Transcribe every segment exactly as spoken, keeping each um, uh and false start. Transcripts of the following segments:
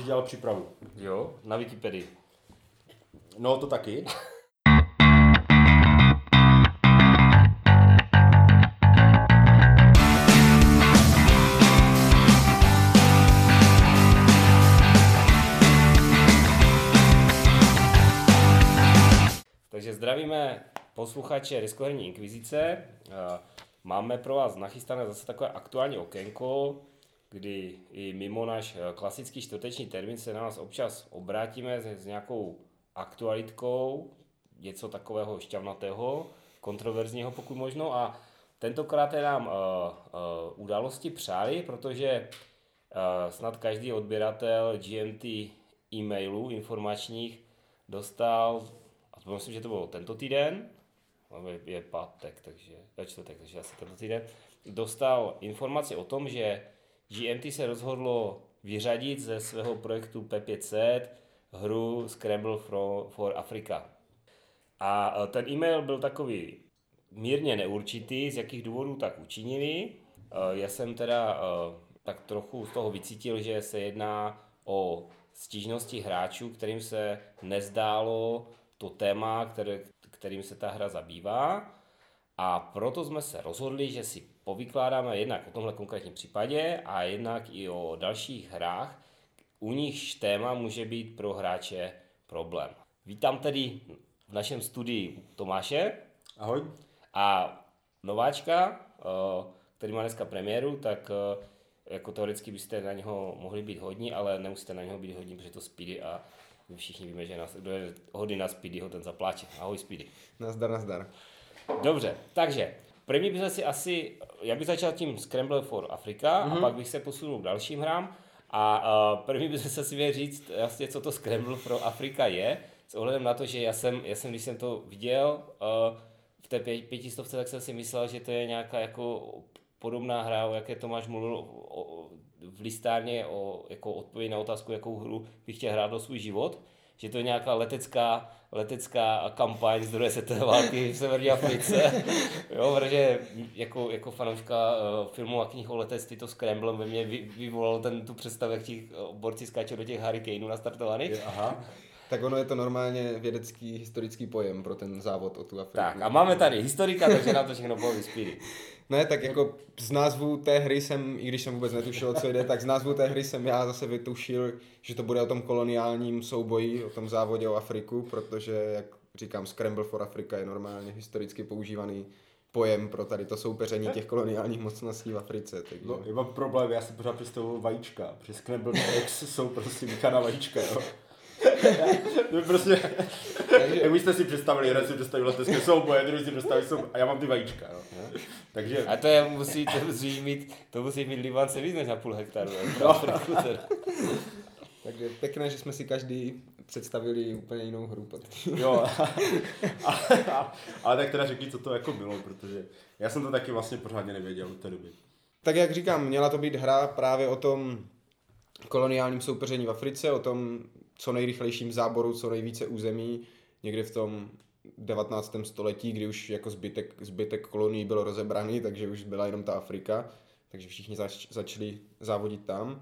dělal přípravu. Jo, na Wikipedii. No to taky. Takže zdravíme posluchače Riskoherní inkvizice. Máme pro vás nachystané zase takové aktuální okénko, kdy i mimo náš klasický čtvrteční termín se na nás občas obrátíme s, s nějakou aktualitkou, něco takového šťavnatého, kontroverzního pokud možno. A tentokrát je nám uh, uh, události přáli, protože uh, snad každý odběratel G M T e-mailů informačních dostal, a myslím, že to bylo tento týden, je pátek, takže je čtvrtek, takže asi tento týden, dostal informaci o tom, že G M T se rozhodlo vyřadit ze svého projektu P pět set hru Scramble for, for Africa. A ten e-mail byl takový mírně neurčitý, z jakých důvodů tak učinili. Já jsem teda tak trochu z toho vycítil, že se jedná o stížnosti hráčů, kterým se nezdálo to téma, které, kterým se ta hra zabývá. A proto jsme se rozhodli, že si povykládáme jednak o tomhle konkrétním případě a jednak i o dalších hrách, u nichž téma může být pro hráče problém. Vítám tedy v našem studiu Tomáše. Ahoj. A nováčka, který má dneska premiéru, tak jako teoreticky byste na něho mohli být hodní, ale nemusíte na něho být hodní, protože to Speedy a my všichni víme, že nás, kdo je hodný na Speedyho, ten zapláče. Ahoj Speedy. Nazdar, nazdar. Dobře, takže první bych si asi, já bych začal tím Scramble for Africa mm-hmm. a pak bych se posunul k dalším hrám. A uh, první bych se si měl říct, vlastně, co to Scramble for Africa je, s ohledem na to, že já jsem, já jsem když jsem to viděl uh, v té pě- pětistovce, tak jsem si myslel, že to je nějaká jako podobná hra, o jaké Tomáš mluvil o, o, v listárně, o jako odpověď na otázku, jakou hru bych chtěl hrát do svůj život. Že to je nějaká letecká, letecká kampaň z druhé světové války v severní Africe. Jo, protože jako, jako fanouška uh, filmu a knih o letectví to Scramble ve mně vy, vyvolalo ten, tu představu, jak ti borci skáčou do těch hurricaneů nastartovaných. Aha. Tak ono je to normálně vědecký, historický pojem pro ten závod o tu Afriku. Tak a máme tady historika, takže nám to všechno poví Speedy. Ne, tak jako z názvu té hry jsem, i když jsem vůbec netušil, co jde, tak z názvu té hry jsem já zase vytušil, že to bude o tom koloniálním souboji, o tom závodě o Afriku, protože, jak říkám, Scramble for Africa je normálně historicky používaný pojem pro tady to soupeření těch koloniálních mocností v Africe. Takže... No, já mám problém, já si pořád představuji vajíčka, protože Scramble Eggs jsou prostě míchaná vajíčka, jo. To je prostě, takže, jak byste si představili, jeden si představí letecké souboje, druhý si představí souboje a já mám ty vajíčka, jo. Takže... A to je, musí, to musí mít, to musí mít Libánce víc než na půl hektaru, no. Takže pěkné, že jsme si každý představili úplně jinou hru. Jo, ale, ale tak teda řekni, co to jako bylo, protože já jsem to taky vlastně pořádně nevěděl v té doby. Tak jak říkám, měla to být hra právě o tom koloniálním soupeření v Africe, o tom co nejrychlejším záboru, co nejvíce území, někdy v tom devatenáctém století, kdy už jako zbytek, zbytek kolonií byl rozebraný, takže už byla jenom ta Afrika, takže všichni zač, začali závodit tam.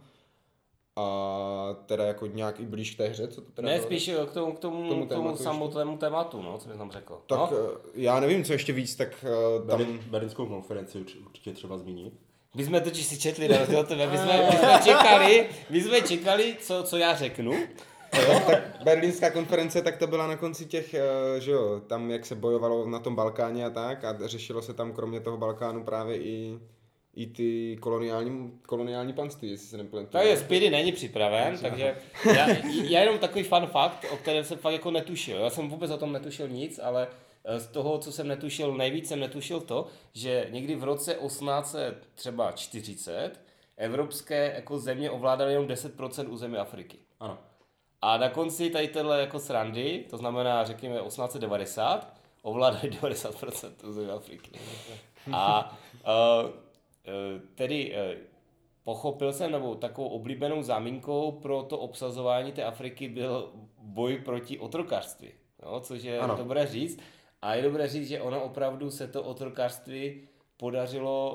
A teda jako nějak i blíž k té hře, co to teda Ne, bylo? spíš k tomu, k tomu, k tomu, k tomu samotnému tématu, no, co bys tam řekl. Tak no? já nevím, co ještě víc, tak uh, tam... Berlin, Berlínskou konferenci určitě třeba zmínit. My jsme totiž si četli na rozdíl od tebe, my jsme, my jsme čekali, my jsme čekali, co, co já řeknu. Jo, tak berlínská konference, tak to byla na konci těch, že jo, tam jak se bojovalo na tom Balkáně a tak a řešilo se tam kromě toho Balkánu právě i, i ty koloniální, koloniální panství, jestli se nepletu. Takže Speedy není připraven, takže já, já jenom takový fun fact, o kterém jsem fakt jako netušil. Já jsem vůbec o tom netušil nic, ale z toho, co jsem netušil, nejvíc jsem netušil to, že někdy v roce osmnáct set třeba čtyřicet evropské jako země ovládaly jenom deset procent území Afriky. Ano. A na konci tady téhle jako srandy, to znamená řekněme osmnáct set devadesát, ovládají devadesát procent území Afriky. A uh, tedy uh, pochopil jsem, nebo takovou oblíbenou záminkou pro to obsazování té Afriky byl boj proti otrokářství, no, což je ano. dobré říct. A je dobré říct, že ono opravdu se to otrokářství podařilo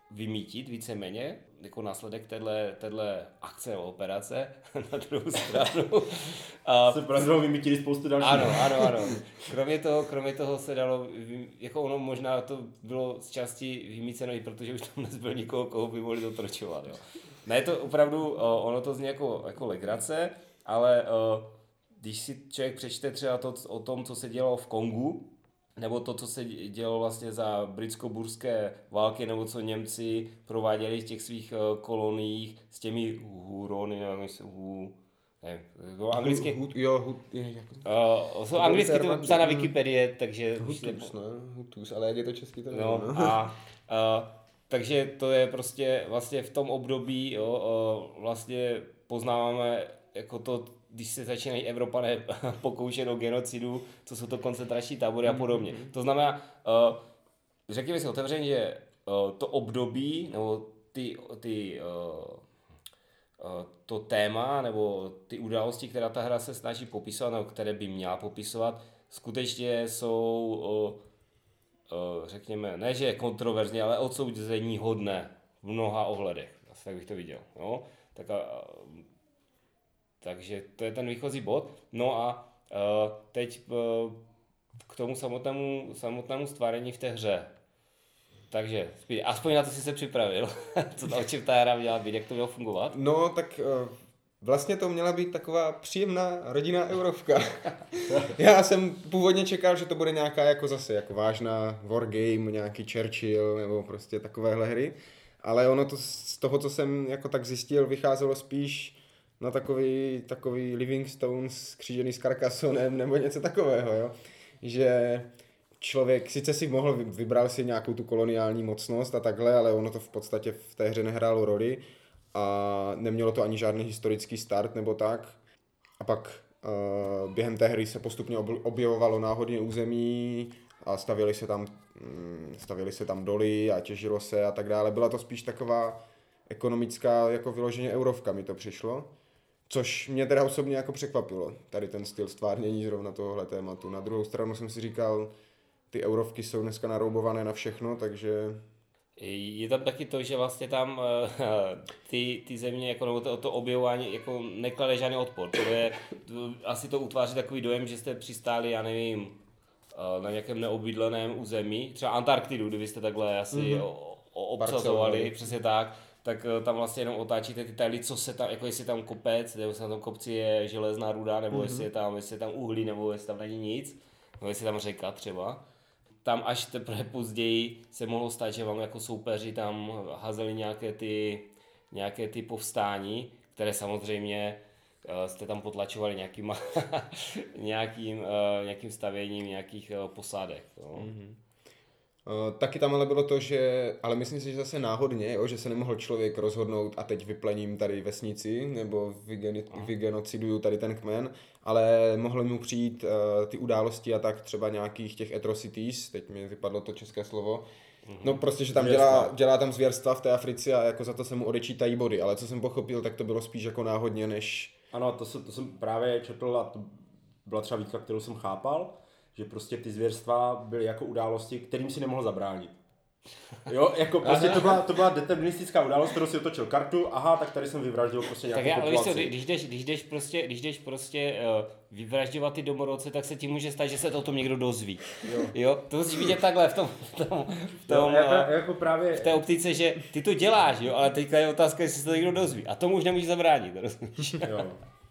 vymítit víceméně, jako následek téhle, téhle akce nebo operace na druhou stranu. A se podařilo vymítili spoustu dalších. Ano, ano, ano. Kromě toho, kromě toho se dalo, jako ono možná to bylo z části vymíceno i protože už tam nezbyl nikoho, koho by mohli dotročovat. Jo. Ne, to opravdu, ono to zní jako, jako legrace, ale když si člověk přečte třeba to, o tom, co se dělalo v Kongu, nebo to, co se dělo vlastně za britsko-burské války, nebo co Němci prováděli v těch svých koloniích s těmi hurony, nebo se hu, nevím, anglicky. Hut, jo, hut, je, uh, jsou anglicky to psá na Wikipedii, takže... Hutus, ne? Hutus, ale jak je to český, to no, nevím. A, uh, takže to je prostě vlastně v tom období, jo, uh, vlastně poznáváme jako to, když se začínají Evropané pokoušet o genocidu, co jsou to koncentrační tábory a podobně. To znamená, uh, řekněme si otevřeně, že uh, to období, nebo ty, ty, uh, uh, to téma, nebo ty události, která ta hra se snaží popisovat, nebo které by měla popisovat, skutečně jsou, uh, uh, řekněme, ne že kontroverzní, ale odsouzení hodné v mnoha ohledech. Asi tak bych to viděl. No? Tak uh, Takže to je ten výchozí bod. No a uh, teď uh, k tomu samotnému, samotnému stvárení v té hře. Takže aspoň na to jsi se připravil, co o čem ta hra měla být, jak to mělo fungovat? No tak uh, vlastně to měla být taková příjemná rodinná eurovka. Já jsem původně čekal, že to bude nějaká jako zase jako vážná wargame, nějaký Churchill nebo prostě takovéhle hry. Ale ono to z toho, co jsem jako tak zjistil, vycházelo spíš na takový, takový Livingstone skřížený s Carcassonem nebo něco takového, jo. Že člověk sice si mohl, vybral si nějakou tu koloniální mocnost a takhle, ale ono to v podstatě v té hře nehrálo roli a nemělo to ani žádný historický start nebo tak. A pak uh, během té hry se postupně objevovalo náhodně území a stavěly se tam, stavěly se tam doly a těžilo se a tak dále. Byla to spíš taková ekonomická, jako vyloženě eurovka mi to přišlo. Což mě teda osobně jako překvapilo, tady ten styl stvárnění zrovna tohohle tématu. Na druhou stranu jsem si říkal, ty eurovky jsou dneska naroubované na všechno, takže... Je tam taky to, že vlastně tam uh, ty, ty země, jako, nebo to, to objevování jako neklade žádný odpor. To je, to, asi to utváří takový dojem, že jste přistáli, já nevím, uh, na nějakém neobydleném území, třeba Antarktidu, kdybyste takhle asi mm-hmm. o, o, obsazovali, přesně tak. Tak tam vlastně jenom otáčíte ty tajly, co se tam, jako jestli tam kopec, nebo jestli na tom kopci je železná ruda, nebo mm-hmm. jestli je tam, jestli je tam uhlí, nebo jestli tam není nic, nebo jestli je tam řeka třeba. Tam až teprve později se mohlo stát, že vám jako soupeři tam házeli nějaké ty, nějaké ty povstání, které samozřejmě uh, jste tam potlačovali nějakým, nějakým, uh, nějakým stavěním nějakých uh, posádek. No. Mm-hmm. Uh, taky tam ale bylo to, že, ale myslím si, že zase náhodně, jo, že se nemohl člověk rozhodnout a teď vyplením tady vesnici, nebo vygeni, vygenociduju tady ten kmen, ale mohlo mu přijít uh, ty události a tak třeba nějakých těch atrocities, teď mi vypadlo to české slovo, mm-hmm. no prostě, že tam dělá, dělá tam zvěrstva v té Africe a jako za to se mu odečítají body, ale co jsem pochopil, tak to bylo spíš jako náhodně, než... Ano, to jsem, to jsem právě četl a to byla třeba výtka, kterou jsem chápal, že prostě ty zvěrstva byly jako události, kterým si nemohl zabránit. Jo, jako prostě to byla, to byla deterministická událost, kterou si otočil kartu, aha, tak tady jsem vyvraždil prostě nějakou tak já, populaci. Ale když jdeš, když jdeš prostě, když jdeš prostě uh, vyvražďovat ty domorodce, tak se ti může stát, že se to o tom někdo dozví. Jo. Jo? To musíš vidět takhle v tom, v tom, v tom jo, jako, jako právě... v té optice, že ty to děláš, jo, ale teďka je otázka, jestli se to někdo dozví. A tomu už nemůžeš zabránit, rozumíš? Jo.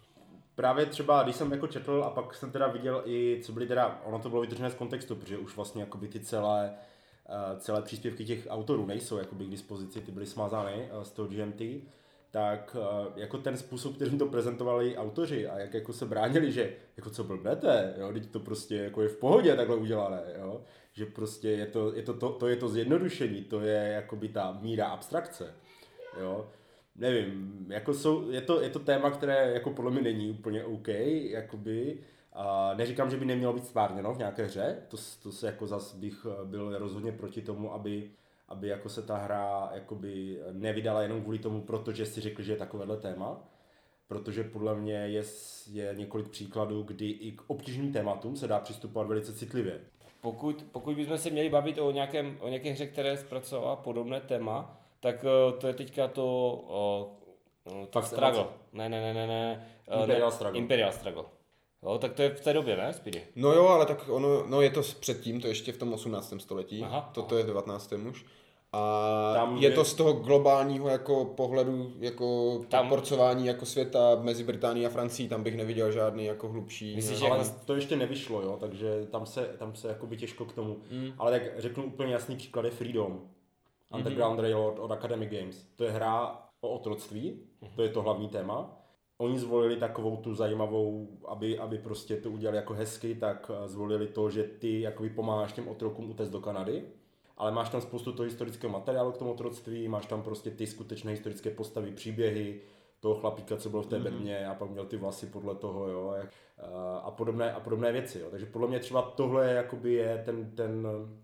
Právě třeba, když jsem jako četl a pak jsem teda viděl i, co byly teda, ono to bylo vytržené z kontextu, protože už vlastně jakoby ty celé, uh, celé příspěvky těch autorů nejsou jakoby k dispozici, ty byly smazány uh, z toho G M T, tak uh, jako ten způsob, kterým to prezentovali autoři a jak jako se bránili, že jako co blbnete, jo, teď to prostě jako je v pohodě takhle udělané, jo, že prostě je to, je to, to, to je to zjednodušení, to je jakoby ta míra abstrakce, jo. Nevím, jako jsou, je, to, je to téma, které jako podle mě není úplně OK, jakoby, a neříkám, že by nemělo být stvárněno v nějaké hře, to, to se jako zas bych byl rozhodně proti tomu, aby, aby jako se ta hra jakoby nevydala jenom kvůli tomu, protože si řekli, že je takovéhle téma, protože podle mě je, je několik příkladů, kdy i k obtížným tématům se dá přistupovat velice citlivě. Pokud, pokud bychom se měli bavit o, nějakém, o nějaké hře, které zpracovala podobné téma, tak to je teďka to... To Struggle. Ne, ne, ne, ne, ne. Imperial ne, Struggle. Imperial Struggle. Jo, tak to je v té době, ne, Speedy? No jo, ale tak ono, no je to předtím, to ještě v tom osmnáctém století, Aha, toto aha. je v devatenáctém už. A Tam je je- to z toho globálního jako pohledu, jako Tam- porcování jako světa mezi Británií a Francií, tam bych neviděl žádný jako hlubší. Myslíš, ne- že Ale jako- to ještě nevyšlo, jo, takže tam se, tam se jakoby těžko k tomu. Mm. Ale tak řeknu úplně jasný příklad je Freedom. Underground Railroad od Academy Games. To je hra o otroctví, to je to hlavní téma. Oni zvolili takovou tu zajímavou, aby, aby prostě to udělali jako hezky, tak zvolili to, že ty jakoby pomáháš těm otrokům utéct do Kanady. Ale máš tam spoustu toho historického materiálu k tomu otroctví, máš tam prostě ty skutečné historické postavy, příběhy toho chlapíka, co byl v té bedně a pak měl ty vlasy podle toho, jo, jak, a podobné, a podobné věci, jo. Takže podle mě třeba tohle je, jakoby je ten, ten,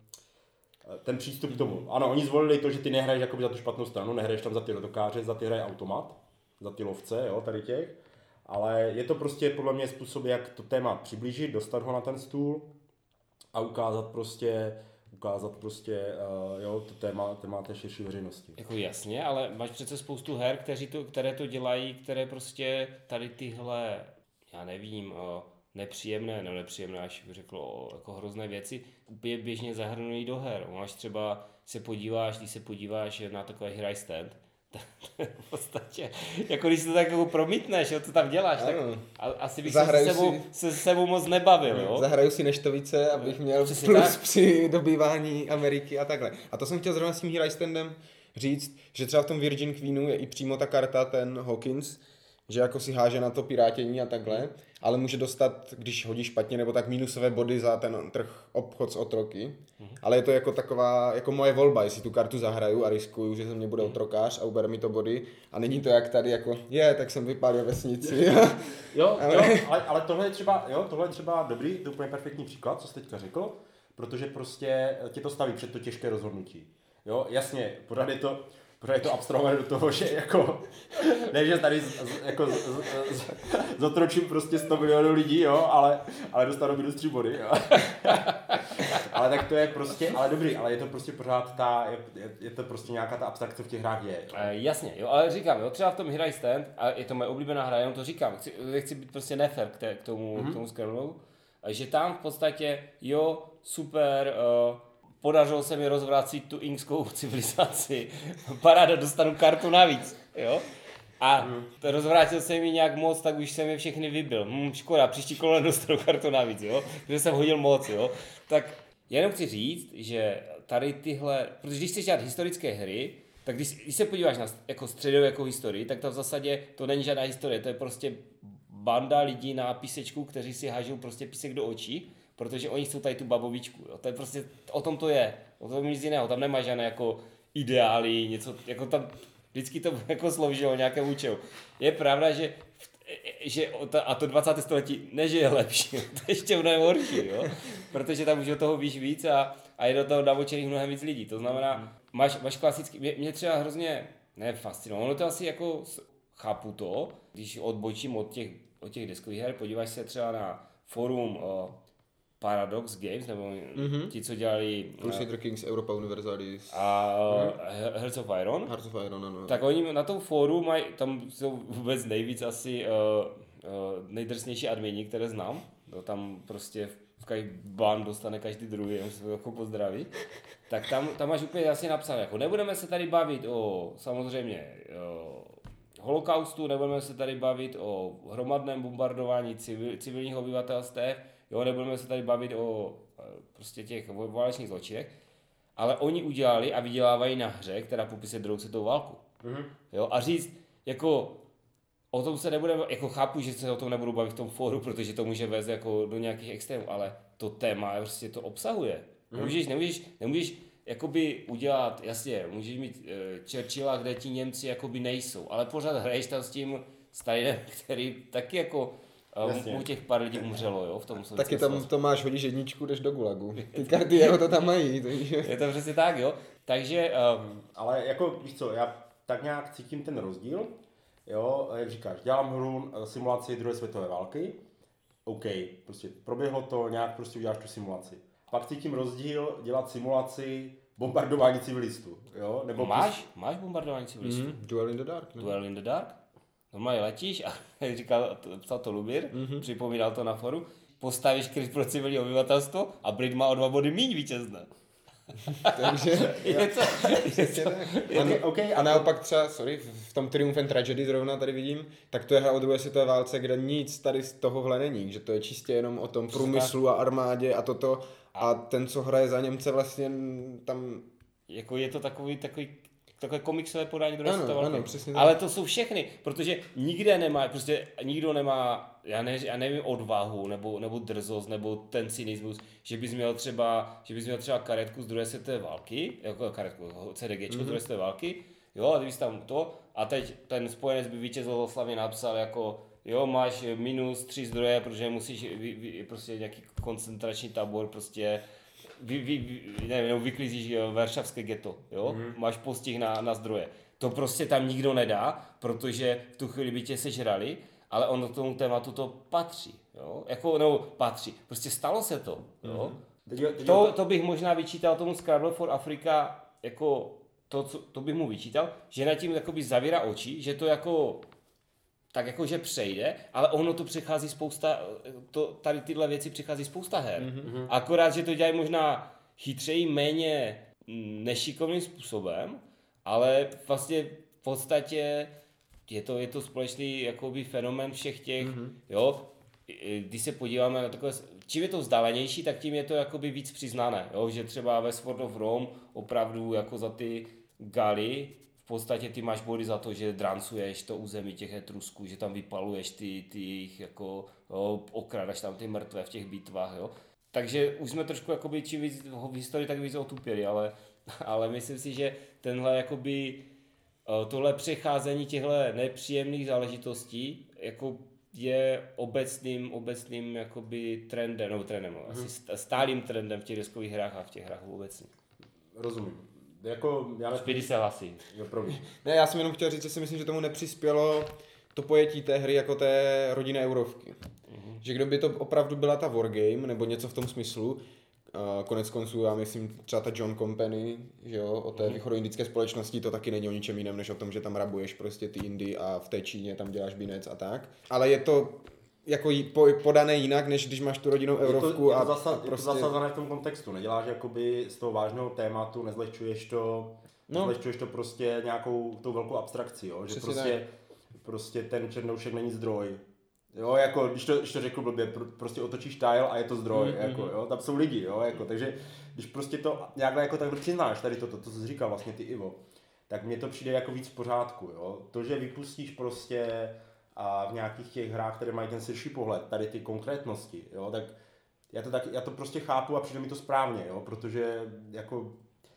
ten přístup k tomu. Ano, oni zvolili to, že ty nehraješ jakoby za tu špatnou stranu, nehraješ tam za ty rotokáře, za ty hraje automat, za ty lovce, jo, tady těch. Ale je to prostě podle mě způsob, jak to téma přiblížit, dostat ho na ten stůl a ukázat prostě ukázat prostě, uh, jo, to téma, téma té širší veřejnosti. Jako jasně, ale máš přece spoustu her, kteří to, které to dělají, které prostě tady tyhle, já nevím, uh, nepříjemné, no nepříjemné, až bych řekl, o, jako hrozné věci, úplně běžně zahrnují do her. Máš třeba, se podíváš, když se podíváš na takový hry stand, tak v podstatě, jako když si to tak jako promítneš, jo, co tam děláš, tak a, asi bych se se, sebou, se s sebou moc nebavil, jo. Zahraju si neštovice, abych měl Přesně plus tak. při dobývání Ameriky a takhle. A to jsem chtěl zrovna s tím Hero Standem říct, že třeba v tom Virgin Queenu je i přímo ta karta, ten Hawkins, že jako si háže na to pirátění a takhle, ale může dostat, když hodí špatně, nebo tak minusové body za ten trh obchod s otroky. Ale je to jako taková, jako moje volba, jestli tu kartu zahraju a riskuju, že ze mě bude otrokář a ubere mi to body. A není to jak tady jako, je, tak jsem vypálil vesnici. Jo, Ale- jo ale, ale tohle je třeba, jo, tohle je třeba dobrý, to je úplně perfektní příklad, co jsi teďka řekl, protože prostě tě to staví před to těžké rozhodnutí. Jo, jasně, pořád je to, pořád je to abstrahované do toho, že jako, ne, že tady z, z, jako z, z, z, zotročím prostě sto milionů lidí, jo, ale, ale dostanu minus tři body, jo. Ale tak to je prostě, ale dobrý, ale je to prostě pořád ta, je, je, je to prostě nějaká ta abstrakce v těch hrách je. E, jasně, jo, ale říkám, jo, třeba v tom Hero Stand, a je to moje oblíbená hra, jenom to říkám, chci, chci být prostě nefér k, té, k tomu, mm-hmm. k tomu Scramblu, že tam v podstatě, jo, super, uh, podařilo se mi rozvrátit tu inkskou civilizaci, paráda, dostanu kartu navíc, jo. A mm. rozvrátil jsem mi nějak moc, tak už jsem je všechny vybil. Hm, škoda, příští kolo nedostanu kartu navíc, jo, protože jsem hodil moc, jo. Tak jenom chci říct, že tady tyhle, protože když chceš dělat historické hry, tak když, když se podíváš na jako středověkou historii, tak to v zásadě to není žádná historie, to je prostě banda lidí na písečku, kteří si hážou prostě písek do očí, protože oni chcou tady tu babovičku, jo. To je prostě, o tom to je, o tom nic jiného, tam nemá žádné jako ideály, něco, jako tam vždycky to jako sloužilo nějakému účelu. Je pravda, že, že a to dvacáté století ne, že je lepší, to je ještě mnohem horší, jo? Protože tam už do toho víš víc a, a je do toho navočených mnohem víc lidí. To znamená, máš, máš klasický, mě, mě třeba hrozně, ne fascinovalo, ono to asi jako chápu to, když odbočím od těch, od těch deskových her, podíváš se třeba na forum uh, Paradox Games, nebo mm-hmm. ti, co dělali Crusader Kings, Europa Universalis a uh, Hearts of Iron, Hearts of Iron, ano. tak oni na tom fóru mají, tam jsou vůbec nejvíc asi uh, uh, nejdrsnější admini, které znám. No, tam prostě v každý ban dostane každý druhý, jenom se to jako pozdraví. Tak tam, tam máš úplně jasně napsané, jako nebudeme se tady bavit o samozřejmě o holokaustu, nebudeme se tady bavit o hromadném bombardování civil, civilních obyvatelstev, jo, nebudeme se tady bavit o prostě těch válečných zločinech, ale oni udělali a vydělávají na hře, která popisuje druhou světovou válku. Mm-hmm. Jo, a říct, jako o tom se nebude, jako chápu, že se o tom nebudu bavit v tom fóru, protože to může vést jako do nějakých extrémů, ale to téma prostě to obsahuje. Mm. Nemůžeš, nemůžeš, nemůžeš jakoby udělat, jasně, můžeš mít e, Churchilla, kde ti Němci jakoby nejsou, ale pořád hraješ tam s tím Stalinem, který taky jako um, u těch pár lidí umřelo, jo, v tom taky tam to máš, hodíš jedničku, jdeš do gulagu. Ty karty jeho to tam mají. Takže... Je to přesně tak, jo. Takže... Um, ale jako, víš co, já tak nějak cítím ten rozdíl. Jo, jak říkáš, dělám hru simulaci druhé světové války, OK, prostě proběhlo to, nějak prostě uděláš tu simulaci. Pak cítím rozdíl dělat simulaci bombardování civilistů, jo? Nebo máš, pos... máš bombardování civilistů? Mm, Duel in the Dark. Ne? Duel in the Dark? Normálně letíš a jak říkal, psal to Lubír, mm-hmm. připomínal to na foru, postavíš kryt pro civilní obyvatelstvo a Brit má o dva body míň vítězné. Takže je to, je to, a, okay, a naopak třeba, sorry, v tom Triumph and Tragedy zrovna tady vidím, tak to je hra o druhé světové válce, kde nic tady z tohohle není, že to je čistě jenom o tom průmyslu a armádě a toto a ten, co hraje za Němce vlastně tam... Jako je to takový, takový takové komiksové podání druhé světové války. Ano, přesně tak. Ale to jsou všechny, protože nikde nemá, prostě nikdo nemá, já, ne, já nevím, odvahu, nebo, nebo drzost, nebo ten cynismus, že bys měl třeba, že bys měl třeba karetku z druhé světové války, jako karetku, CDGčko mm-hmm. z druhé světové války, jo, a ty bys tam to, a teď ten spojenec by vítězoslavně napsal jako, jo, máš minus tři zdroje, protože musíš, vy, vy, prostě nějaký koncentrační tábor, prostě Vy, vy, vy, nevím, vyklízíš varšavské ghetto, jo? Mm. Máš postih na, na zdroje. To prostě tam nikdo nedá, protože v tu chvíli by tě sežrali, ale ono k tomu tématu to patří, jo? Jako, no, patří. Prostě stalo se to, jo? Mm. To, to bych možná vyčítal tomu Scrabble for Africa, jako to, co, to bych mu vyčítal, že nad tím jakoby zavírá oči, že to jako tak jako, že přejde, ale ono to přechází spousta, to, tady tyhle věci přichází spousta her. Mm-hmm. Akorát, že to dělají možná chytřeji, méně nešikovným způsobem, ale vlastně v podstatě je to, je to společný jakoby fenomén všech těch, mm-hmm. jo, když se podíváme na takové, čím je to vzdálenější, tak tím je to jakoby víc přiznané, jo, že třeba ve Sword of Rome opravdu jako za ty Galy v podstatě ty máš body za to, že drancuješ to území těch Etrusků, že tam vypaluješ ty, ty jejich jako, jo, okrádáš tam ty mrtvé v těch bitvách, jo. Takže už jsme trošku jakoby, čím víc v historii, tak víc otupěli, ale, ale myslím si, že tenhle jakoby, tohle přecházení těchto nepříjemných záležitostí jako je obecným, obecným jakoby trendem, nebo trendem, mm. asi stálým trendem v těch deskových hrách a v těch hrách obecně. Rozumím. Jako, já ne... Spídy se hlasí. Jo, promiň. Ne, já jsem jenom chtěl říct, že si myslím, že tomu nepřispělo to pojetí té hry jako té rodinné eurovky. Mm-hmm. Že kdyby to opravdu byla ta wargame, nebo něco v tom smyslu, uh, konec konců, já myslím třeba ta John Company, že jo, o té mm-hmm. východoindické společnosti, to taky není o ničem jiném, než o tom, že tam rabuješ prostě ty Indy a v té Číně tam děláš binec a tak. Ale je to jako podané jinak, než když máš tu rodinnou eurovku. Je to, je to, zasa, a prostě... je to zasazené v tom kontextu, neděláš jakoby z toho vážného tématu, nezlehčuješ to, no. nezlehčuješ to prostě nějakou tou velkou abstrakcí, jo? Že prostě, prostě ten černoušek není zdroj. Jo, jako, když to, když to řekl blbě, prostě otočíš tile a je to zdroj, mm-hmm. jako, jo, tam jsou lidi, jo, jako, takže když prostě to nějak jako takhle přiznáš, tady toto, to, co jsi říkal vlastně ty Ivo, tak mně to přijde jako víc v pořádku, jo, to, že vypustíš prostě a v nějakých těch hrách, které mají ten širší pohled, tady ty konkrétnosti, jo, tak já to, tak, já to prostě chápu a přijde mi to správně, jo, protože jako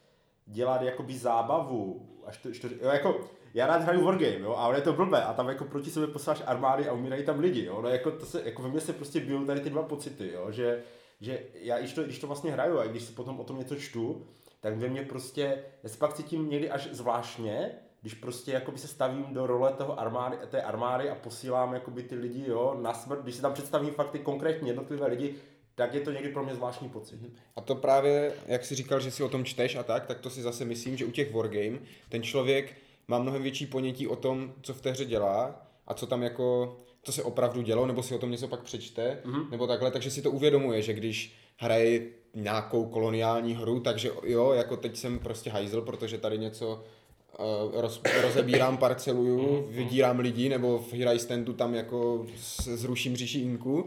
dělat jakoby zábavu, až to, až to jo, jako já rád hraju wargame, jo, ale je to blbé a tam jako proti sobě posláš armády a umírají tam lidi, jo, no jako to se, jako ve mně se prostě bijou tady ty dva pocity, jo, že, že já když to, když to vlastně hraju a když si potom o tom něco čtu, tak ve mně prostě, já se pak cítím někdy až zvláštně, když prostě jakoby se stavím do role toho armády, té armády a posílám jakoby ty lidi, jo, na smrt, když si tam představím fakt ty konkrétní jednotlivé lidi, tak je to někdy pro mě zvláštní pocit. A to právě, jak jsi říkal, že si o tom čteš a tak, tak to si zase myslím, že u těch wargame ten člověk má mnohem větší ponětí o tom, co v té hře dělá a co tam jako, co se opravdu dělo, nebo si o tom něco pak přečte, mm-hmm. nebo takhle, takže si to uvědomuje, že když hraje nějakou koloniální hru, takže jo, jako teď jsem prostě hajzl, protože tady něco uh, roz, rozebírám, parceluju, vydírám lidi, nebo v Here I Standu tam jako zruším říši Inku,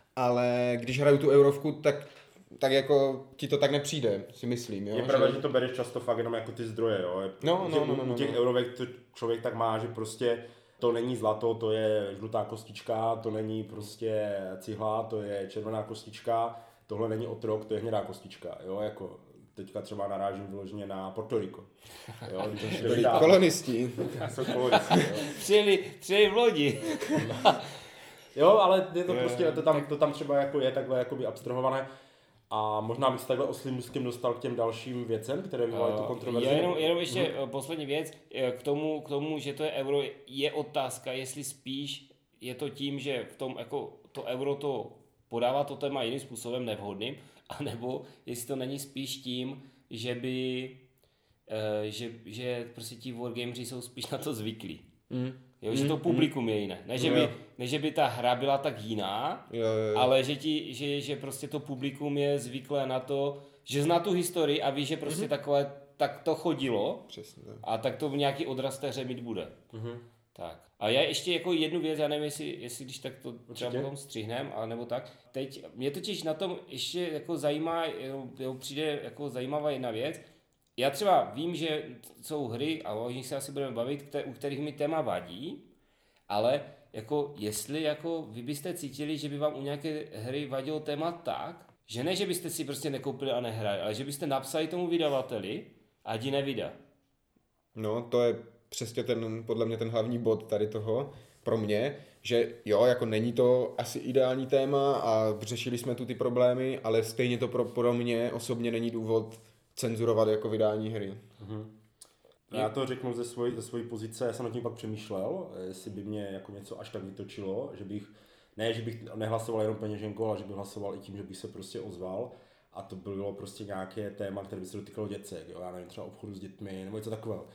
ale když hraju tu eurovku, tak tak jako ti to tak nepřijde, si myslím, jo. Je pravda, že... že to bereš často fakt jenom jako ty zdroje, jo. No, no, no, no, u těch no. eurovek to člověk tak má, že prostě to není zlato, to je žlutá kostička, to není prostě cihla, to je červená kostička, tohle není otrok, to je hnědá kostička, jo, jako teďka třeba narážím vyloženě na Puerto Rico. Jo, když byli kolonisti. Já jsem kolonisti, jo. Přijeli, přijeli v lodi. Jo, ale je to prostě, to tam, to tam třeba jako je takhle jakoby abstrahované. A možná bych se takhle oslým můstkem dostal k těm dalším věcem, které vyvolají tu kontroverzi. Jenom, jenom ještě hmm. poslední věc, k tomu, k tomu, že to je euro, je otázka, jestli spíš je to tím, že v tom jako to euro to podává to téma jiným způsobem nevhodným, anebo jestli to není spíš tím, že by že, že prostě ti wargameři jsou spíš na to zvyklí. Mm. Jo, že to publikum je jiné. Ne, že by, ne, že by ta hra byla tak jiná, jo, jo, jo. ale že, ti, že, že prostě to publikum je zvyklé na to, že zná tu historii a ví, že prostě mm-hmm. takové, tak to chodilo. Přesně. A tak to nějaký odraz té hře mít bude. Mm-hmm. Tak. A já ještě jako jednu věc, já nevím, jestli, jestli když tak to třeba potom střihnem, ale nebo tak. Teď mě totiž na tom ještě jako zajímá, jo, přijde jako zajímavá jedna věc. Já třeba vím, že jsou hry, a o nich se asi budeme bavit, které, u kterých mi téma vadí, ale jako jestli jako vy byste cítili, že by vám u nějaké hry vadilo téma tak, že ne, že byste si prostě nekoupili a nehrali, ale že byste napsali tomu vydavateli a ti nevydá. No, to je přesně ten, podle mě ten hlavní bod tady toho pro mě, že jo, jako není to asi ideální téma a řešili jsme tu ty problémy, ale stejně to pro, pro mě osobně není důvod cenzurovat jako vydání hry. Mm-hmm. Já to řeknu ze svojí, ze svojí pozice, já jsem nad tím pak přemýšlel, jestli by mě jako něco až tak vytočilo, že bych, ne, že bych nehlasoval jenom peněženkou, ale že bych hlasoval i tím, že bych se prostě ozval. A to bylo prostě nějaké téma, které by se dotýkalo děcek, jo, já nevím, třeba obchodu s dětmi nebo něco takového.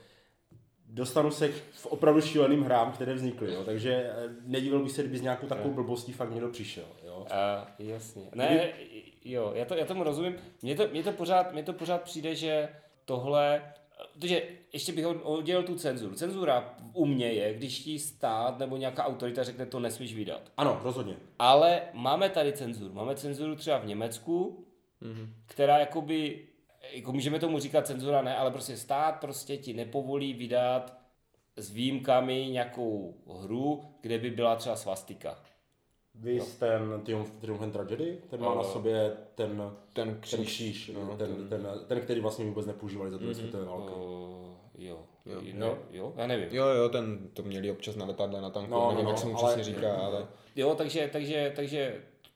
Dostanu se v opravdu šíleným hrám, které vznikly, jo, takže nedivil bych se, kdyby z nějakou takovou blbostí fakt někdo přišel, jo. Uh, jasně. Ne, jo, já, to, já tomu rozumím. Mně to, mně to, pořád, mně to pořád přijde, že tohle, protože ještě bych oddělil tu cenzuru. Cenzura u mě je, když ti stát nebo nějaká autorita řekne, to nesmíš vydat. Ano, rozhodně. Ale máme tady cenzuru. Máme cenzuru třeba v Německu, mm-hmm. která jakoby, jako můžeme tomu říkat cenzura, ne, ale prostě stát prostě ti nepovolí vydat s výjimkami nějakou hru, kde by byla třeba svastika. Víš ten Triumph, Triumph and Tragedy, ten má na sobě ten, ten kříž, ten, kříž no, ten, ten, ten, ten, který vlastně vůbec nepoužívali za druhé světové války. Uh, jo. Jo. No, jo, já nevím. Jo, jo, ten to měli občas na letadle, na tanku, no, nevím, no, jak se mu ale, přesně říká, ale... Jo, takže, takže, takže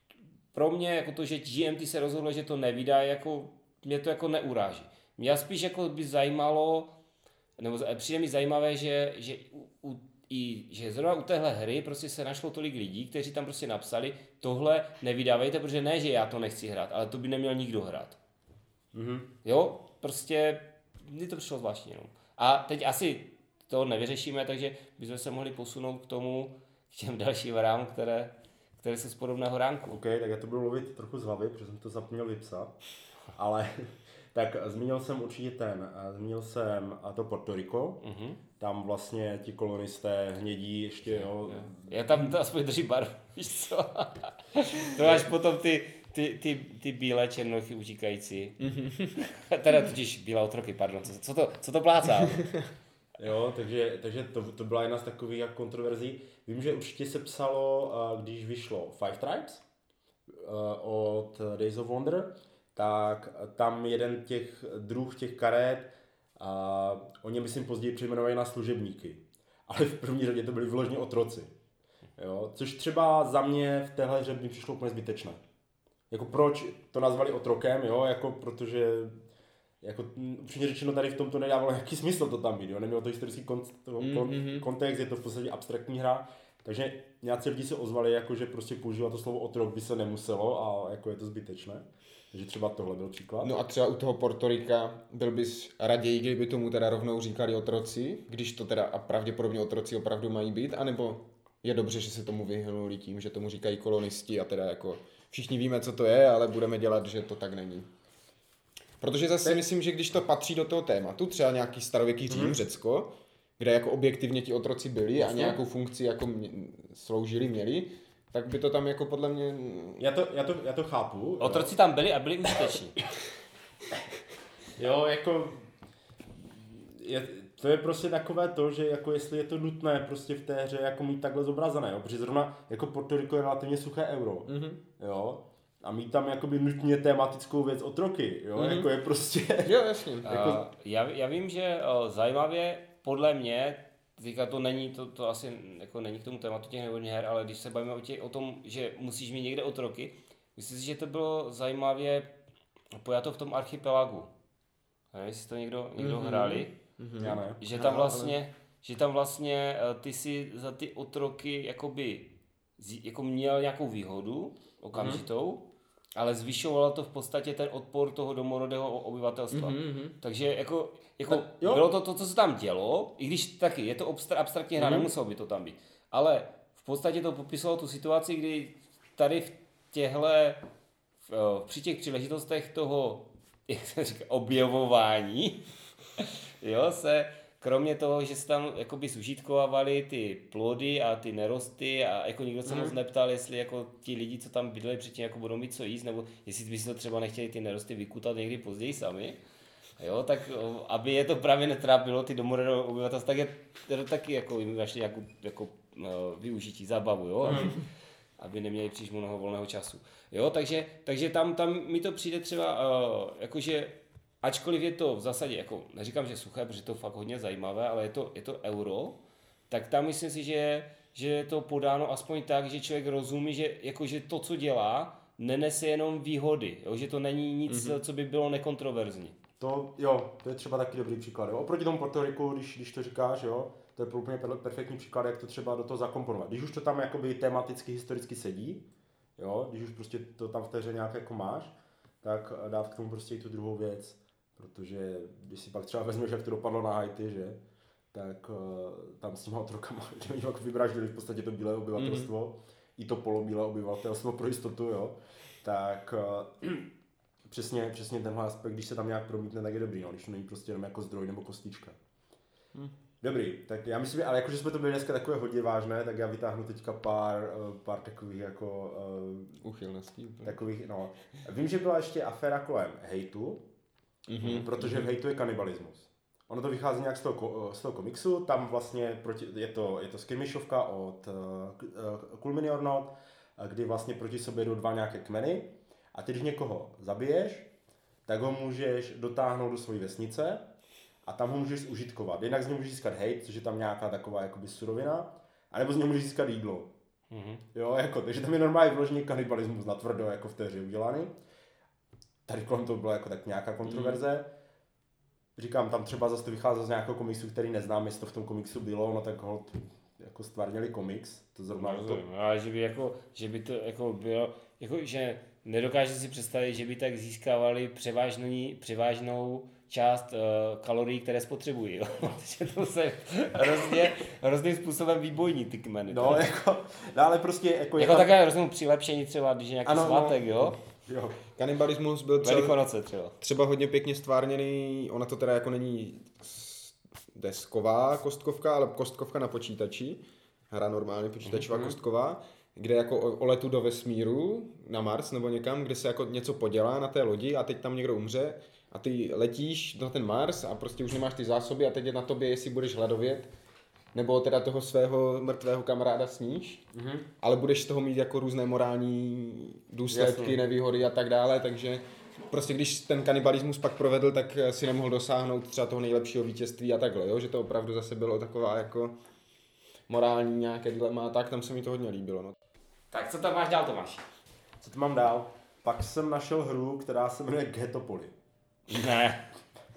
pro mě jako to, že G M T se rozhodlo, že to nevydá, jako, mě to jako neuráží. Mě spíš jako by zajímalo, nebo přijde mi zajímavé, že, že u, u I že zrovna u téhle hry prostě se našlo tolik lidí, kteří tam prostě napsali, tohle nevydávejte, protože ne, že já to nechci hrát, ale to by neměl nikdo hrát. Mm-hmm. Jo, prostě mně to přišlo zvláštně. No. A teď asi to nevyřešíme, takže bychom se mohli posunout k tomu, k těm dalším hrám, které, které jsou z podobného ránku. OK, tak já to budu lovit trochu z hlavy, protože jsem to zapomněl vypsat, ale tak zmínil jsem určitě ten, zmínil jsem a to Puerto Rico, mm-hmm. Tam vlastně ti kolonisté hnědí ještě, jo. Já tam to aspoň drží barvu, víš co? To až potom ty, ty, ty, ty bílé černochy utíkající. Teda totiž bílé otroky, pardon, co, co to, co to plácá? Jo, takže, takže to, to byla jedna z takových jak kontroverzí. Vím, že určitě se psalo, když vyšlo Five Tribes od Days of Wonder, tak tam jeden těch druh těch karet, a oni myslím později přejmenovali na služebníky, ale v první řadě to byli vyloženě otroci. Jo? Což třeba za mě v téhle hře mi přišlo úplně zbytečné. Jako proč to nazvali otrokem, jo? Jako protože jako, upřímně řečeno tady v tom to nedávalo nějaký smysl to tam být, jo? Nemělo to historický kon, to, kon, mm-hmm. kontext, je to v podstatě abstraktní hra, takže nějací lidi se ozvali, jako, že prostě používat to slovo otrok by se nemuselo a jako je to zbytečné. Takže třeba tohle byl příklad. No a třeba u toho Puerto Rica byl bys raději, kdyby tomu teda rovnou říkali otroci, když to teda a pravděpodobně otroci opravdu mají být, anebo je dobře, že se tomu vyhnuli tím, že tomu říkají kolonisti a teda jako všichni víme, co to je, ale budeme dělat, že to tak není. Protože zase si myslím, že když to patří do toho tématu, třeba nějaký starověký Řím, mm. Řecko, kde jako objektivně ti otroci byli a nějakou funkci jako mě, sloužili, měli, tak by to tam jako podle mě... Já to, já to, já to chápu. Otroci tam byli a byli užiteční. Jo, jako... Je, to je prostě takové to, že jako jestli je to nutné prostě v té hře jako mít takhle zobrazené, jo, protože zrovna jako Puerto Rico je relativně suché euro, mm-hmm. jo, a mít tam jakoby nutně tematickou věc otroky, jo, mm-hmm. jako je prostě... Jo, jasně. jako... Uh, já, já vím, že uh, zajímavě podle mě, teďka to není, to, to asi jako není k tomu tématu těch nevodních her, ale když se bavíme o, tě, o tom, že musíš mít někde otroky, myslím si, že to bylo zajímavě pojato v tom archipelagu. Nevím, jestli to někdo, někdo mm-hmm. hráli. Mm-hmm. Já ne. Že tam vlastně, že tam vlastně ty si za ty otroky jakoby jako měl nějakou výhodu okamžitou, mm-hmm. ale zvyšovalo to v podstatě ten odpor toho domorodého obyvatelstva. Mm-hmm. Takže jako, jako no, bylo to to, co se tam dělo, i když taky je to abstraktní hra, mm-hmm. nemuselo by to tam být. Ale v podstatě to popisovalo tu situaci, kdy tady v těhle, v, při těch příležitostech toho, jak se říká, objevování, jo, se kromě toho, že se tam jakoby zužitkovávaly ty plody a ty nerosty a jako nikdo se moc neptal, jestli jako ti lidi, co tam bydleli předtím, jako budou mít co jíst, nebo jestli by si to třeba nechtěli ty nerosty vykutat někdy později sami, jo, tak aby je to právě netrápilo, ty domorodé obyvatelstvo, tak je to taky jako jim našli jako, jako no, využití, zábavu, jo, aby, aby neměli příliš mnoho volného času, jo, takže, takže tam, tam mi to přijde třeba, uh, jakože ačkoliv je to v zásadě, jako neříkám, že suché, protože to je fakt hodně zajímavé, ale je to, je to euro, tak tam myslím si, že, že je to podáno aspoň tak, že člověk rozumí, že, jako, že to, co dělá, nenese jenom výhody, jo? Že to není nic, mm-hmm. co by bylo nekontroverzní. To jo, to je třeba taky dobrý příklad. Jo? Oproti tomu Puerto Riku, když, když to říkáš, jo, to je úplně perfektní příklad, jak to třeba do toho zakomponovat. Když už to tam jakoby tematicky, historicky sedí, jo, když už prostě to tam v té hře nějak jako máš, tak dát k tomu prostě i tu druhou věc. Protože když si pak třeba vezmeš, jak to dopadlo na Haiti, že, tak uh, tam s těma otrokama, že oni jako vyvraždili v podstatě to bílé obyvatelstvo, mm-hmm. i to polobílé obyvatelstvo pro jistotu, jo, tak uh, přesně, přesně tenhle aspekt, když se tam nějak promítne, tak je dobrý, no, když to není prostě jenom jako zdroj nebo kostička. Mm. Dobrý, tak já myslím, ale jakože jsme to byli dneska takové hodně vážné, tak já vytáhnu teďka pár, pár takových jako... Uh, Uchylností. Takových, no. Vím, že byla ještě aféra kolem hejtu, mm-hmm. protože v hejtu je kanibalismus. Ono to vychází nějak z toho, z toho komiksu, tam vlastně proti, je to, je to skirmishovka od uh, Cool Mini or Not, kdy vlastně proti sobě jdou dva nějaké kmeny a ty, když někoho zabiješ, tak ho můžeš dotáhnout do své vesnice a tam ho můžeš užitkovat. Jednak z něj můžeš získat hejt, což je tam nějaká taková jakoby surovina, anebo z něj můžeš získat jídlo. Mm-hmm. Jo, jako, takže tam je normálně vložený kanibalismus na tvrdo, jako v té hře udělaný. Tady kolem toho byla jako tak nějaká kontroverze. Mm. Říkám, tam třeba zase to vycházelo z nějakého komiksu, který neznám, jestli to v tom komiksu bylo, no tak ho jako stvárnili komiks. To zrovna no, to... Ale že by, jako, že by to jako bylo, jako, že nedokážu si představit, že by tak získávali převážný, převážnou část uh, kalorií, které spotřebují. Takže to se hrozně, hrozným způsobem výbojní ty kmeny. No, jako, no ale prostě... Jako, jako takové hrozné přilepšení třeba, když je nějaký ano, svátek, no, jo? Jo. Kanibalismus byl třeba, třeba. třeba hodně pěkně stvárněný, ona to teda jako není desková kostkovka, ale kostkovka na počítači, hra normálně počítačová mm-hmm. kostková, kde jako o, o letu do vesmíru, na Mars nebo někam, kde se jako něco podělá na té lodi a teď tam někdo umře a ty letíš na ten Mars a prostě už nemáš ty zásoby a teď je na tobě, jestli budeš hladovět, nebo teda toho svého mrtvého kamaráda sníš, mm-hmm. ale budeš z toho mít jako různé morální důsledky, Jasně. nevýhody a tak dále, takže prostě když ten kanibalismus pak provedl, tak si nemohl dosáhnout třeba toho nejlepšího vítězství a takhle, jo? Že to opravdu zase bylo taková jako morální nějaké dilema, tak tam se mi to hodně líbilo. No. Tak co tam máš dál, Tomáš? Co tu mám dál? Pak jsem našel hru, která se jmenuje Ghettopoly. Ne.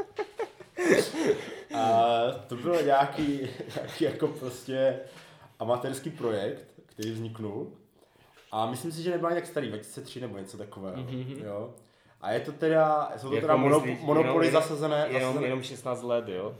A to byl nějaký, nějaký jako prostě amatérský projekt, který vzniknul. A myslím si, že nebyl jak starý, dva tisíce tři nebo něco takového. Mm-hmm. Jo. A je to teda, jsou to jako teda mono, monopoly jenom, zasazené. Jenom, zasazené. jenom šestnáct let, jo.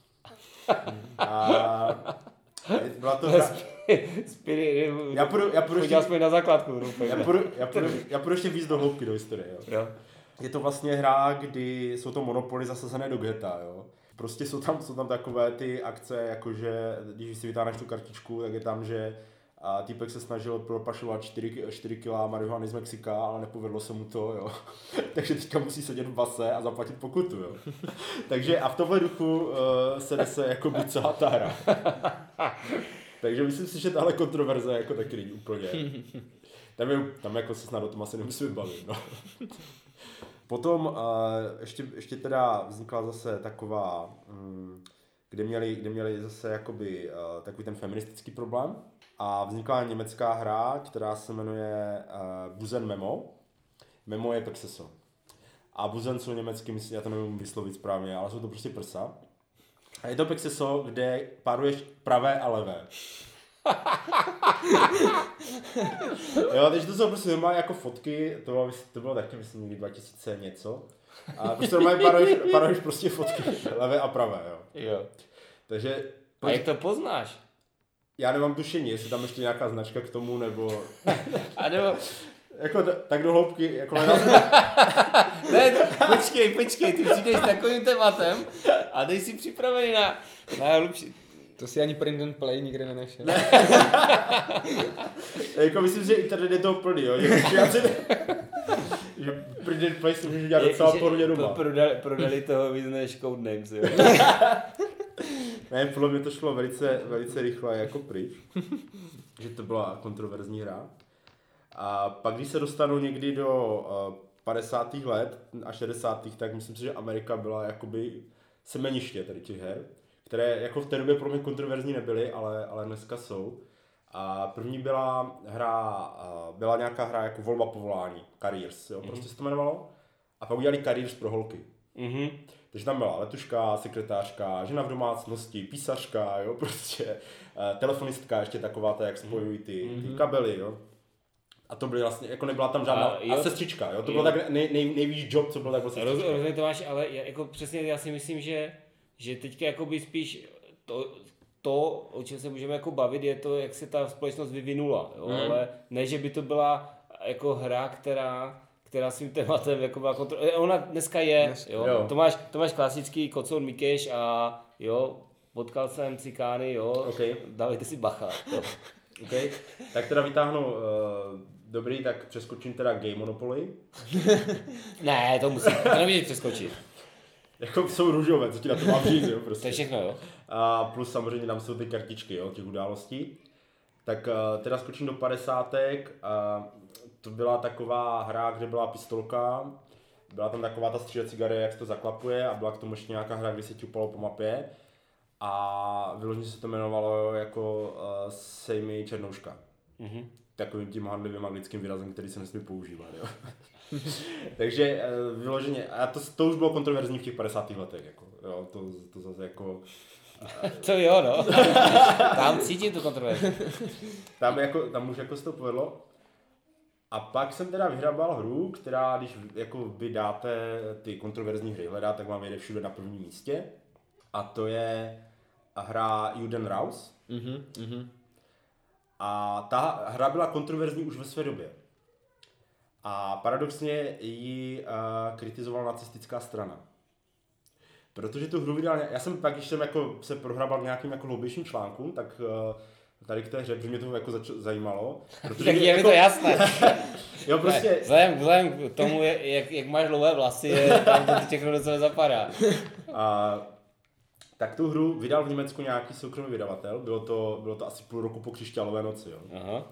A byla to hra... Spiri, já půjdu, já půjdu ještě... na základku. Já půjdu, já, půjdu, já půjdu ještě víc do hloubky do historie, jo. jo. Je to vlastně hra, kdy jsou to monopoly zasazené do ghetta, jo. Prostě jsou tam, jsou tam takové ty akce, jakože když si vytáhneš tu kartičku, tak je tam, že a týpek se snažil propašovat čtyři kila marihuany z Mexika, ale nepovedlo se mu to, jo. Takže teďka musí sedět v base a zaplatit pokutu, jo. Takže a v tomhle duchu uh, se nese jako by celá ta hra. Takže myslím si, že tahle kontroverze jako taky není úplně. Tam, je, tam jako se snad o tom asi nemusíme bavit, no. Potom uh, ještě, ještě teda vznikla zase taková, um, kde, měli, kde měli zase jakoby uh, takový ten feministický problém a vznikla německá hra, která se jmenuje uh, Buzen Memo. Memo je Pexeso. A Buzen jsou německy, myslím, já to nevím vyslovit správně, ale jsou to prostě prsa. A je to Pexeso, kde páruješ pravé a levé. Jo, takže to jsou prostě normálně jako fotky, to bylo, to bylo taky myslím někdy dva tisíce něco. A prostě normálně paruješ, paruješ prostě fotky, levé a pravé, jo. Jo. Takže... A jak to poznáš? Já nemám tušení, jestli tam ještě nějaká značka k tomu, nebo... A nebo... Jako t- tak do hloubky, jako Ne, počkej, počkej, ty přijdeš s takovým tématem a dej si připravený na, na hlubší. To si ani print and play nikdy nenašel. Ne. Jako myslím, že internet je to plný, jo. Že, že print and play si můžeš dělat docela pohodlně doma. Prodali, prodali toho víc než Codenames, jo. Ne, podle mě to šlo velice, velice rychle jako pryč. Že to byla kontroverzní hra. A pak, když se dostanu někdy do uh, padesátých let a šedesátých tak myslím si, že Amerika byla jakoby semeniště tady těch her, které jako v té době pro mě kontroverzní nebyly, ale, ale dneska jsou. A první byla hra, uh, byla nějaká hra jako volba povolání, Careers, jo, mm-hmm. prostě se to jmenovalo. A pak udělali Careers pro holky. Mm-hmm. Takže tam byla letuška, sekretářka, žena v domácnosti, písařka, jo, prostě uh, telefonistka, ještě taková ta, jak spojují ty, mm-hmm. ty kabely, jo. A to byly vlastně, jako nebyla tam žádná, a, jo, a sestřička, jo, to byl tak nej, nej, nejvíc job, co byl tak vlastně sestřička. Rozumím to máš, ale jako přesně já si myslím, že, že teďka jakoby spíš to, to, o čem se můžeme jako bavit, je to, jak se ta společnost vyvinula, jo, mm. ale ne, že by to byla jako hra, která, která svým tématem jako byla kontro... Ona dneska je, Dnes, jo, jo. To, máš, to máš klasický Kocour Mikeš a jo, potkal jsem cikány, jo, okay. Dávejte si bacha, jo. Okay. Tak teda vytáhnu, uh, dobrý, tak přeskočím teda Game Monopoly. Ne, to musím, to nemůžeš přeskočit. Jako jsou růžové, co ti na to mám říct, jo, prostě. To je všechno, jo. A plus samozřejmě tam jsou ty kartičky, jo, těch událostí. Tak uh, teda skočím do padesátek a to byla taková hra, kde byla pistolka, byla tam taková ta střílecí gare, jak se to zaklapuje a byla k tomu ještě nějaká hra, kdy se ťupalo po mapě. A vyloženě se to jmenovalo jako uh, Sej mi černouška. Mm-hmm. Takovým tím handlivým anglickým výrazem, který se nesmí používat. Jo. Takže uh, vyloženě, a to, to už bylo kontroverzní v těch padesátých letech. Jako, jo, to, to zase jako... Uh, to jo, no. Tam cítím to kontroverzní. Tam, jako, tam už jako se to povedlo. A pak jsem teda vyhrabal hru, která, když jako vy dáte ty kontroverzní hry hledat, tak vám jede všude na prvním místě. A to je hra Juden Raus. Mm-hmm, mm-hmm. A ta hra byla kontroverzní už ve své době. A paradoxně ji uh, kritizovala nacistická strana. Protože tu hru vydal, já jsem pak, když jsem jako se prohrabal nějakým jako hloubějším článkům, tak uh, tady k té hře, protože mě to jako zač- zajímalo. Tak je jako... mi to jasné. Jo, prostě... Vzhledem, vzhledem k tomu, jak, jak máš dlouhé vlasy, je, tam to všechno docela zapadá. A tak tu hru vydal v Německu nějaký soukromý vydavatel, bylo to, bylo to asi půl roku po Křišťálové noci, jo. Aha.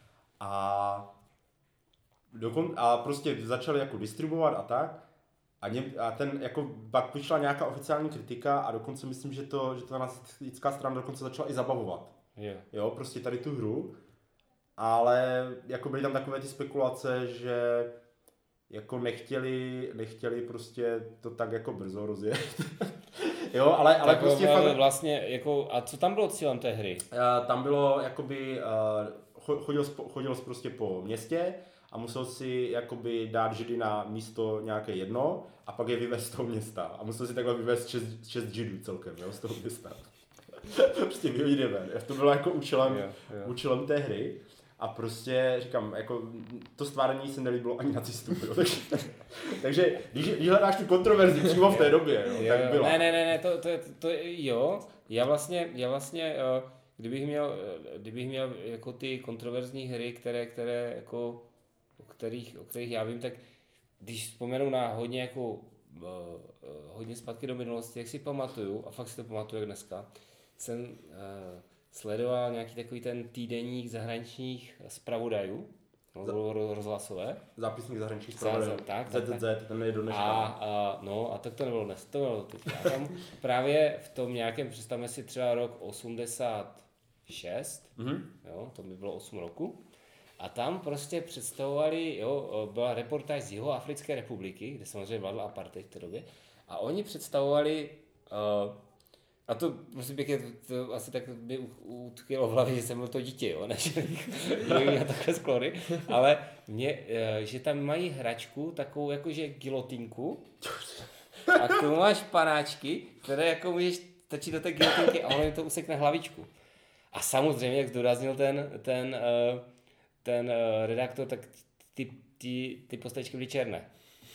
A, dokon, a prostě začali jako distribuovat a tak. A, ně, a ten jako pak vyšla nějaká oficiální kritika a dokonce myslím, že to, že to nacistická strana dokonce začala i zabavovat. Yeah. Jo, prostě tady tu hru. Ale jako byly tam takové ty spekulace, že jako nechtěli, nechtěli prostě to tak jako brzo rozjet. Jo, ale, ale tak prostě fakt... fakt... vlastně, jako, a co tam bylo cílem té hry? Uh, tam bylo, jakoby, uh, chodil, chodil jsi prostě po městě a musel si jakoby dát židy na místo nějaké jedno a pak je vyvést z toho města. A musel si takhle vyvést šest, šest židů celkem, jo, z toho města. Prostě vyjdeme. To bylo jako účelem, yeah, yeah. účelem té hry. A prostě říkám, jako to stvárnění se nelíbilo ani nacistům, jo, takže, takže když, když hledáš tu kontroverzi přímo v té době, jo, jo, tak byla. Ne, ne, ne, ne, to, to, to, to jo, já vlastně, já vlastně, kdybych měl, kdybych měl jako ty kontroverzní hry, které, které jako, o kterých, o kterých já vím, tak když vzpomenu na hodně jako, hodně zpátky do minulosti, jak si pamatuju, a fakt si to pamatuju jak dneska, jsem sledoval nějaký takový ten týdeník zahraničních zpravodajů, no, bylo rozhlasové. Zápisník zahraničních zpravodajů, tak, Z Z Z, ten je do dneška. A, a, no, a tak to nebylo dnes, to bylo teď. A tam právě v tom nějakém, představme si třeba rok osmdesát šest, mm-hmm. jo, to by bylo osm roku, a tam prostě představovali, jo, byla reportáž z Jihoafrické republiky, kde samozřejmě vládla apartheid v té době, a oni představovali uh, A to prostě pěkně, to asi tak by utkvělo v hlavě, že jsem byl to dítě, jo, než že měl takové sklony, ale mě, že tam mají hračku, takovou jakože gilotinku a k tomu máš panáčky, které jako můžeš točit do té gilotinky a ono jim to usekne hlavičku. A samozřejmě, jak zdůraznil ten, ten, ten redaktor, tak ty, ty, ty postavičky byly černé.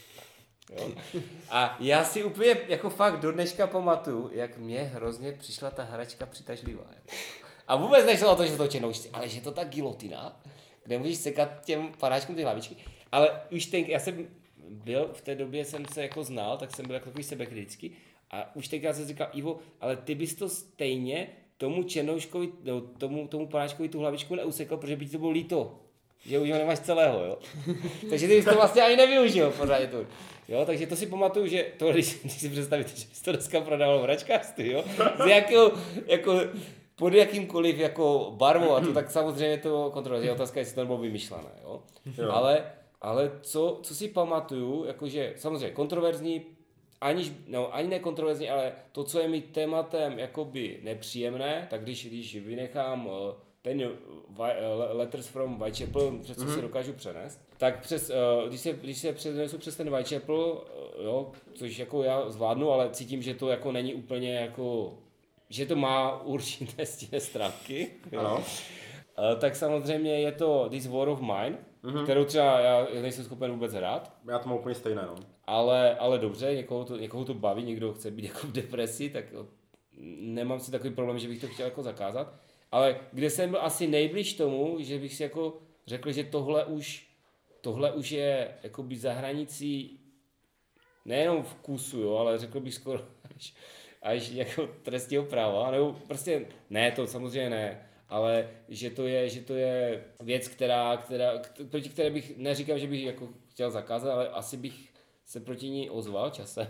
Jo. A já si úplně jako fakt do dneška pamatuju, jak mě hrozně přišla ta hračka přitažlivá. A vůbec nešlo o to, že to černoušci, ale že to ta gilotina, kde můžeš sekat těm panáčkům ty hlavičky. Ale už ten, já jsem byl, v té době jsem se jako znal, tak jsem byl jako takový sebekritický. A už tenkrát jsem říkal, Ivo, ale ty bys to stejně tomu černouškovi, no, tomu, tomu panáčkovi tu hlavičku neusekl, protože by ti to bylo líto. Že už ho nemáš celého, jo. Takže ty bys to vlastně ani nevyužil pořádně to. Jo, takže to si pamatuju, že to, když, když si představíte, že bys to dneska prodával v hračkářství, jo, z jakého, jako, pod jakýmkoliv jako barvou a to tak samozřejmě to kontroluje. Je otázka, jestli to bylo vymyšlené, jo. jo. Ale, ale co, co si pamatuju, jakože samozřejmě kontroverzní, aniž, no, ani ne kontroverzní, ale to, co je mi tématem jakoby nepříjemné, tak když, když vynechám ten Letters from Whitechapel, přes co mm-hmm. si dokážu přenést, tak přes, když se, když se přenesu přes ten Whitechapel, jo, což jako já zvládnu, ale cítím, že to jako není úplně jako, že to má určité stinné stránky, jo. Tak samozřejmě je to This War of Mine, mm-hmm. kterou třeba já nejsem schopen vůbec hrát. Já to mám úplně stejné, no. Ale, ale dobře, někoho to, někoho to baví, někdo chce být jako v depresi, tak nemám si takový problém, že bych to chtěl jako zakázat. Ale kde jsem byl asi nejblíž tomu, že bych si jako řekl, že tohle už, tohle už je jakoby za hranicí nejenom vkusu, jo, ale řekl bych skoro až, až jako trestního práva, nebo prostě ne, to samozřejmě ne, ale že to je, že to je věc, která, která, proti které bych, neříkám, že bych jako chtěl zakázat, ale asi bych se proti ní ozval časem.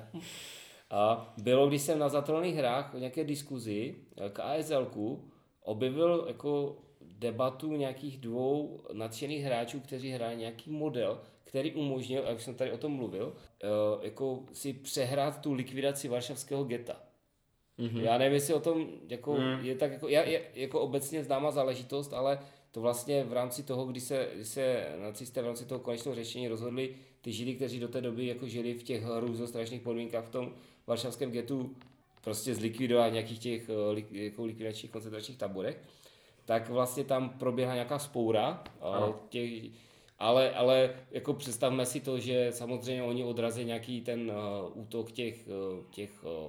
A bylo, když jsem na zatrolných hrách v nějaké diskuzi k A S L ku objevil jako debatu nějakých dvou nadšených hráčů, kteří hráli nějaký model, který umožnil, jak jsem tady o tom mluvil, jako si přehrát tu likvidaci varšavského geta. Mm-hmm. Já nevím, jestli o tom jako, mm. je tak jako, je, jako obecně známá záležitost, ale to vlastně v rámci toho, kdy se, kdy se nacisté v rámci toho konečného řešení rozhodli ty Židy, kteří do té doby jako žili v těch hrůzostrašných podmínkách v tom varšavském getu, prostě zlikvidovat nějakých těch jako likvidačních koncentračních táborech, tak vlastně tam proběhla nějaká spoura, těch, ale, ale jako představme si to, že samozřejmě oni odrazí nějaký ten uh, útok těch, těch uh,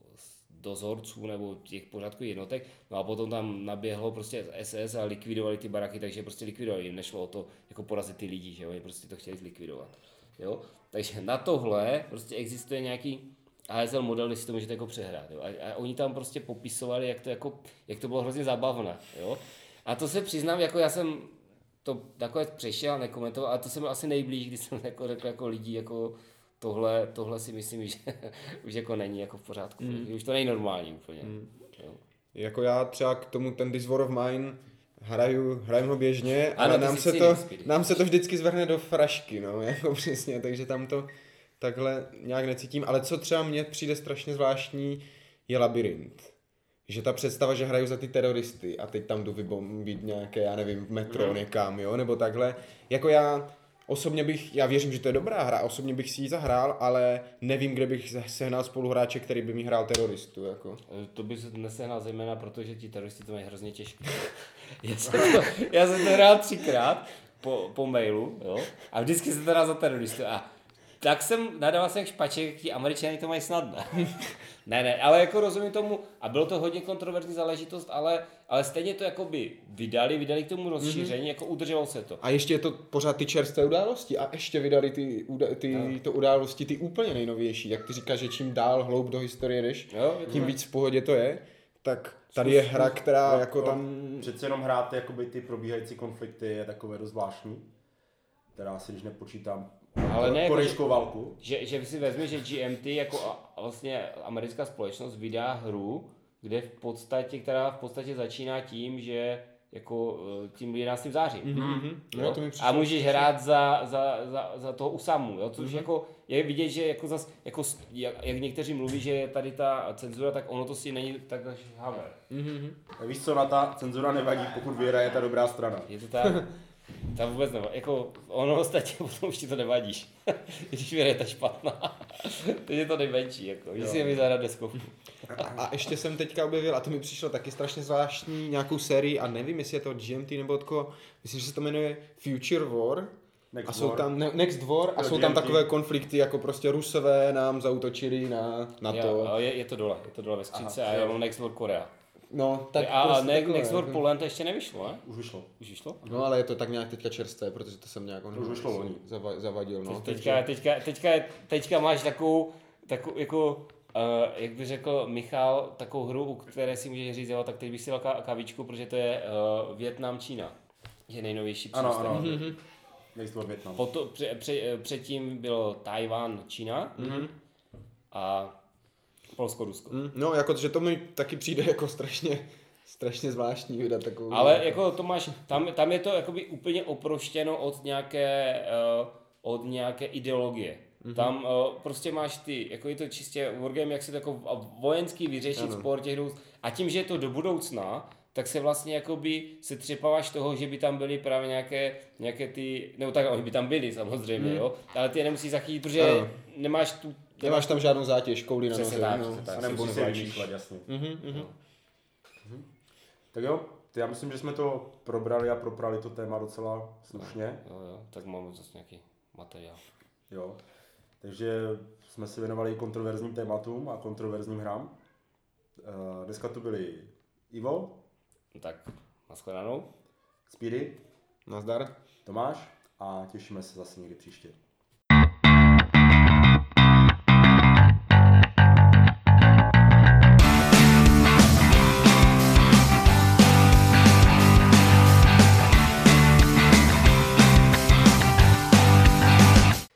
dozorců nebo těch pořádkových jednotek, no a potom tam naběhlo prostě S S a likvidovali ty baraky, takže prostě likvidovali, jim nešlo o to jako porazit ty lidi, že oni prostě to chtěli zlikvidovat, jo, takže na tohle prostě existuje nějaký A S L model, jestli to můžete jako přehrát, jo? A, a oni tam prostě popisovali, jak to, jako, jak to bylo hrozně zábavné, jo. A to se přiznám, jako já jsem to takové přešel, nekomentoval, ale to jsem byl asi nejblíž, když jsem jako řekl jako lidí, jako tohle, tohle si myslím, že už jako není jako v pořádku, mm. už to není normální úplně, mm. jo. Jako já třeba k tomu ten This War of Mine hraju, hraju ho běžně, ano, ale nám se, to, nám se to vždycky zvrhne do frašky, no, jako přesně, takže tam to takhle nějak necítím, ale co třeba mně přijde strašně zvláštní, je Labyrint. Že ta představa, že hraju za ty teroristy a teď tam jdu vybombit nějaké, já nevím, metro mm. někam, jo, nebo takhle. Jako já osobně bych, já věřím, že to je dobrá hra, osobně bych si ji zahrál, ale nevím, kde bych sehnal spoluhráče, který by mi hrál teroristu, jako. To by se nesehnal zejména, protože ti teroristi to mají hrozně těžké. já, jsem to, já jsem to hrál třikrát po, po mailu, jo, a vždycky jsem to hrál za teroristu a tak jsem nadával se jak špaček, ti Američané to mají snadné. ne, ne, ale jako rozumím tomu, a bylo to hodně kontroverzní záležitost, ale, ale stejně to jakoby vydali, vydali k tomu rozšíření, mm-hmm. jako udrželo se to. A ještě je to pořád ty čerstvé události a ještě vydali ty, ty no. to události, ty úplně nejnovější, jak ty říkáš, že čím dál hloub do historie jdeš, jo, tím ne. víc v pohodě to je, tak tady je hra, která no, jako tam... Přece jenom hrát jakoby ty probíhající konflikty je takové dost zvláštní, která si když nepočítám ale ne, korejskou válku. Že, že si vezmi, že G M T jako a, vlastně americká společnost vydá hru, kde v podstatě, která v podstatě začíná tím, že jako tím jedenáctým zářím. Mm-hmm. Jo? No, a můžeš přišlo. hrát za, za, za, za toho Usamu, jo? Což mm-hmm. jako je vidět, že jako, zas, jako jak, jak někteří mluví, že je tady ta cenzura, tak ono to si není tak až haver. Mm-hmm. A víš co, na ta cenzura nevadí, pokud vyhraje ta dobrá strana. Je to tak? Tam vůbec nevadí, jako ono ostatně potom už ti to nevadí, když vyhraje ta špatná, to je to nejmenší, jako, že si je zahrát deskovku. A, a ještě jsem teďka objevil, a to mi přišlo taky strašně zvláštní, nějakou sérii, a nevím, jestli je to G M T nebo odko, myslím, že se to jmenuje Future War. Next a jsou War. tam, ne, Next War, a jo, jsou tam G M T. Takové konflikty, jako prostě Rusové nám zaútočili na, na to. Jo, je, je to dole, je to dole ve skřínce a já mám Next War Korea. No, tak a prostě ne, Next War Poland ještě nevyšlo, ne? Už vyšlo. Už vyšlo? No, ale je to tak nějak teďka čerstvé, protože to jsem nějak on už vyšlo loni. Zava, zavadil, no. Teďka, teďka, teďka, teďka máš takovou, takovou jako, uh, jak by řekl Michal, takovou hru, u které si můžeš říct, jo, tak teď bych si dal kavičku, protože to je uh, Vietnam, Čína. Je nejnovější přístup. Ano, ano. Mm-hmm. Next War Vietnam. Poto, pře, pře, předtím bylo Tajvan, Čína mm-hmm. a Polsko, Rusko. Mm, no, jako, že to mi taky přijde jako strašně, strašně zvláštní vydat takovou. Ale jako to máš, tam, tam je to jakoby úplně oproštěno od nějaké, uh, od nějaké ideologie. Mm-hmm. Tam uh, prostě máš ty, jako je to čistě wargame, jak se to jako vojenský vyřešit ano. sport těch hrů. A tím, že je to do budoucna, tak se vlastně jakoby se třepáváš toho, že by tam byly právě nějaké, nějaké ty, nebo tak, oni by tam byli samozřejmě, mm. jo, ale ty je nemusíš zachytit, protože ano. nemáš tu... Nemáš tam žádnou zátěž, kouli na noze. Tak, no. A nemusíš se vymýšlet, jasně. Mm-hmm, mm-hmm. No. Mm-hmm. Tak jo, já myslím, že jsme to probrali a proprali to téma docela slušně. Jo, jo, tak máme zase nějaký materiál. Jo, takže jsme si věnovali kontroverzním tématům a kontroverzním hrám. Uh, dneska tu byli Ivo. Tak, nashledanou. Speedy. Nazdar. Tomáš a těšíme se zase někdy příště.